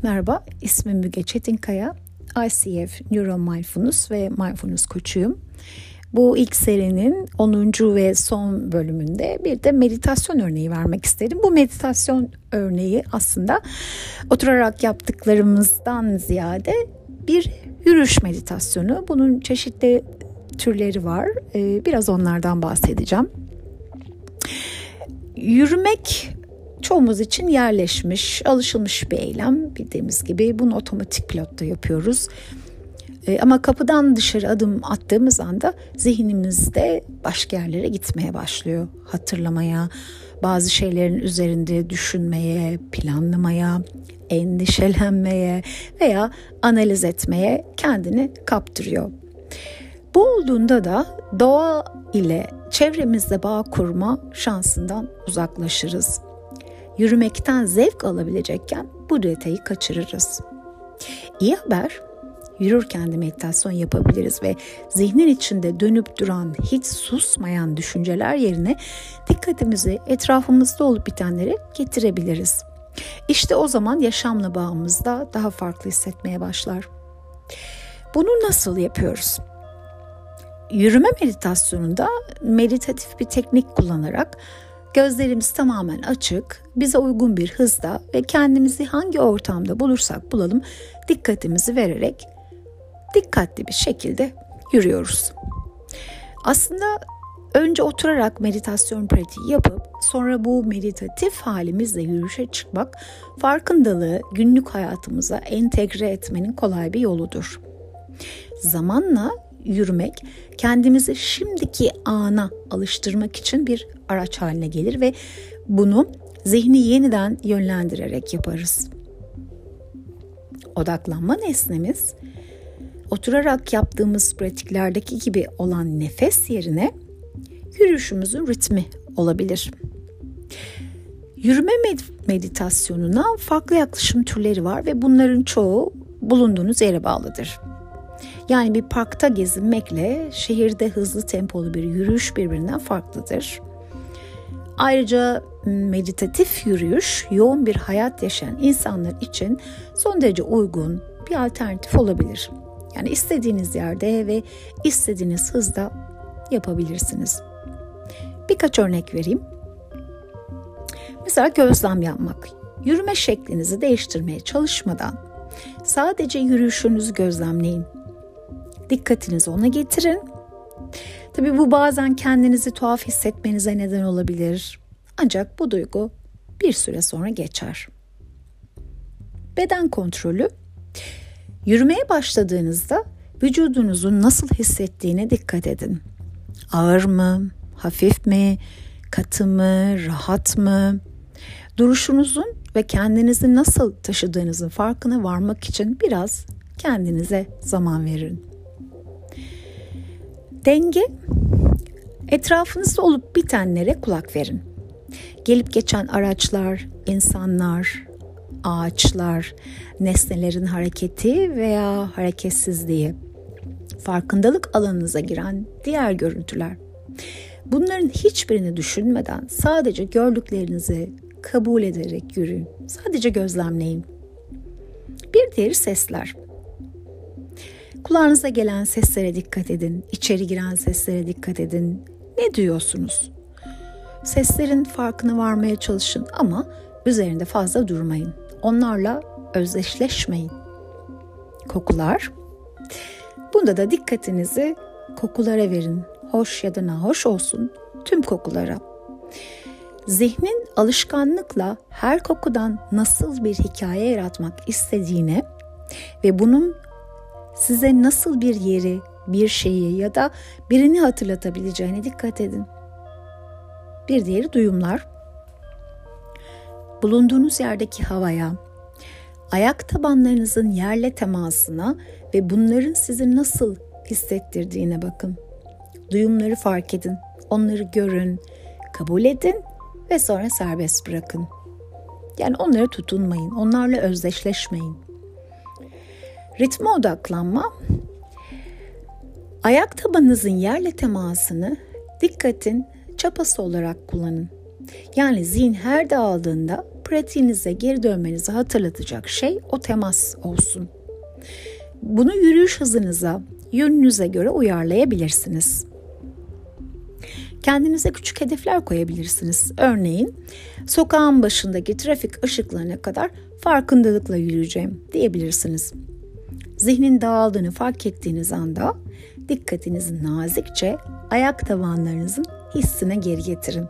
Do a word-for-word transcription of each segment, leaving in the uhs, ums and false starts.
Merhaba, ismim Müge Çetinkaya. I C F, Neuromindfulness ve Mindfulness koçuyum. Bu ilk serinin onuncu ve son bölümünde bir de meditasyon örneği vermek istedim. Bu meditasyon örneği aslında oturarak yaptıklarımızdan ziyade bir yürüyüş meditasyonu. Bunun çeşitli türleri var. Biraz onlardan bahsedeceğim. Yürümek çoğumuz için yerleşmiş, alışılmış bir eylem. Bildiğimiz gibi bunu otomatik pilotta yapıyoruz. E, ama kapıdan dışarı adım attığımız anda zihnimizde başka yerlere gitmeye başlıyor. Hatırlamaya, bazı şeylerin üzerinde düşünmeye, planlamaya, endişelenmeye veya analiz etmeye kendini kaptırıyor. Bu olduğunda da doğa ile çevremizde bağ kurma şansından uzaklaşırız. Yürümekten zevk alabilecekken bu detayı kaçırırız. İyi haber, yürürken de meditasyon yapabiliriz ve zihnin içinde dönüp duran, hiç susmayan düşünceler yerine dikkatimizi etrafımızda olup bitenlere getirebiliriz. İşte o zaman yaşamla bağımız da daha farklı hissetmeye başlar. Bunu nasıl yapıyoruz? Yürüme meditasyonunda meditatif bir teknik kullanarak gözlerimiz tamamen açık, bize uygun bir hızda ve kendimizi hangi ortamda bulursak bulalım dikkatimizi vererek dikkatli bir şekilde yürüyoruz. Aslında önce oturarak meditasyon pratiği yapıp sonra bu meditatif halimizle yürüyüşe çıkmak farkındalığı günlük hayatımıza entegre etmenin kolay bir yoludur. Zamanla yürümek kendimizi şimdiki ana alıştırmak için bir araç haline gelir ve bunu zihni yeniden yönlendirerek yaparız. Odaklanma nesnemiz oturarak yaptığımız pratiklerdeki gibi olan nefes yerine yürüyüşümüzün ritmi olabilir. Yürüme med- meditasyonuna farklı yaklaşım türleri var ve bunların çoğu bulunduğunuz yere bağlıdır. Yani bir parkta gezinmekle şehirde hızlı tempolu bir yürüyüş birbirinden farklıdır. Ayrıca meditatif yürüyüş yoğun bir hayat yaşayan insanlar için son derece uygun bir alternatif olabilir. Yani istediğiniz yerde ve istediğiniz hızda yapabilirsiniz. Birkaç örnek vereyim. Mesela gözlem yapmak. Yürüme şeklinizi değiştirmeye çalışmadan sadece yürüyüşünüzü gözlemleyin. Dikkatinizi ona getirin. Tabii bu bazen kendinizi tuhaf hissetmenize neden olabilir. Ancak bu duygu bir süre sonra geçer. Beden kontrolü. Yürümeye başladığınızda vücudunuzun nasıl hissettiğine dikkat edin. Ağır mı, hafif mi, katı mı, rahat mı? Duruşunuzun ve kendinizi nasıl taşıdığınızın farkına varmak için biraz kendinize zaman verin. Denge, etrafınızda olup bitenlere kulak verin. Gelip geçen araçlar, insanlar, ağaçlar, nesnelerin hareketi veya hareketsizliği, farkındalık alanınıza giren diğer görüntüler. Bunların hiçbirini düşünmeden sadece gördüklerinizi kabul ederek yürüyün. Sadece gözlemleyin. Bir diğeri sesler. Kulağınıza gelen seslere dikkat edin. İçeri giren seslere dikkat edin. Ne duyuyorsunuz? Seslerin farkına varmaya çalışın ama üzerinde fazla durmayın. Onlarla özdeşleşmeyin. Kokular. Bunda da dikkatinizi kokulara verin. Hoş ya da nahoş olsun tüm kokulara. Zihnin alışkanlıkla her kokudan nasıl bir hikaye yaratmak istediğine ve bunun size nasıl bir yeri, bir şeyi ya da birini hatırlatabileceğine dikkat edin. Bir diğeri duyumlar. Bulunduğunuz yerdeki havaya, ayak tabanlarınızın yerle temasına ve bunların sizi nasıl hissettirdiğine bakın. Duyumları fark edin, onları görün, kabul edin ve sonra serbest bırakın. Yani onlara tutunmayın, onlarla özdeşleşmeyin. Ritme odaklanma, ayak tabanınızın yerle temasını dikkatin çapası olarak kullanın. Yani zihin her dağıldığında pratiğinize geri dönmenizi hatırlatacak şey o temas olsun. Bunu yürüyüş hızınıza, yönünüze göre uyarlayabilirsiniz. Kendinize küçük hedefler koyabilirsiniz. Örneğin sokağın başındaki trafik ışıklarına kadar farkındalıkla yürüyeceğim diyebilirsiniz. Zihnin dağıldığını fark ettiğiniz anda dikkatinizi nazikçe ayak tabanlarınızın hissine geri getirin.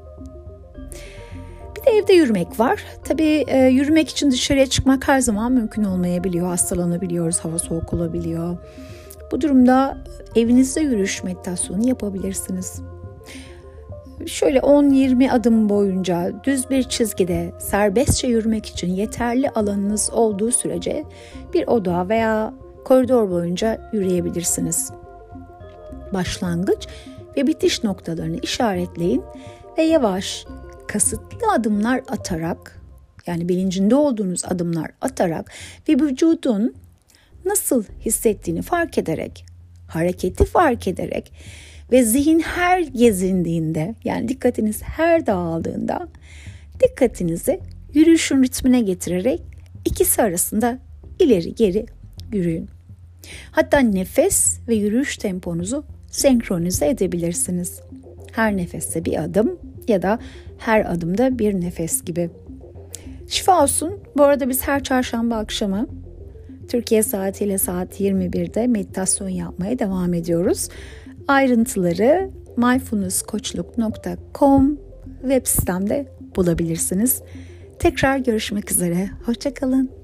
Bir de evde yürümek var. Tabii e, yürümek için dışarıya çıkmak her zaman mümkün olmayabiliyor. Hastalanabiliyoruz, hava soğuk olabiliyor. Bu durumda evinizde yürüyüş meditasyonu yapabilirsiniz. Şöyle on yirmi adım boyunca düz bir çizgide serbestçe yürümek için yeterli alanınız olduğu sürece bir oda veya koridor boyunca yürüyebilirsiniz. Başlangıç ve bitiş noktalarını işaretleyin ve yavaş, kasıtlı adımlar atarak, yani bilincinde olduğunuz adımlar atarak ve vücudun nasıl hissettiğini fark ederek, hareketi fark ederek ve zihin her gezindiğinde, yani dikkatiniz her dağıldığında dikkatinizi yürüyüşün ritmine getirerek ikisi arasında ileri geri yürüyün. Hatta nefes ve yürüyüş temponuzu senkronize edebilirsiniz. Her nefeste bir adım ya da her adımda bir nefes gibi. Şifa olsun. Bu arada biz her çarşamba akşamı Türkiye saatiyle saat yirmi birde meditasyon yapmaya devam ediyoruz. Ayrıntıları mindfulness koçluk nokta com web sitemde bulabilirsiniz. Tekrar görüşmek üzere. Hoşça kalın.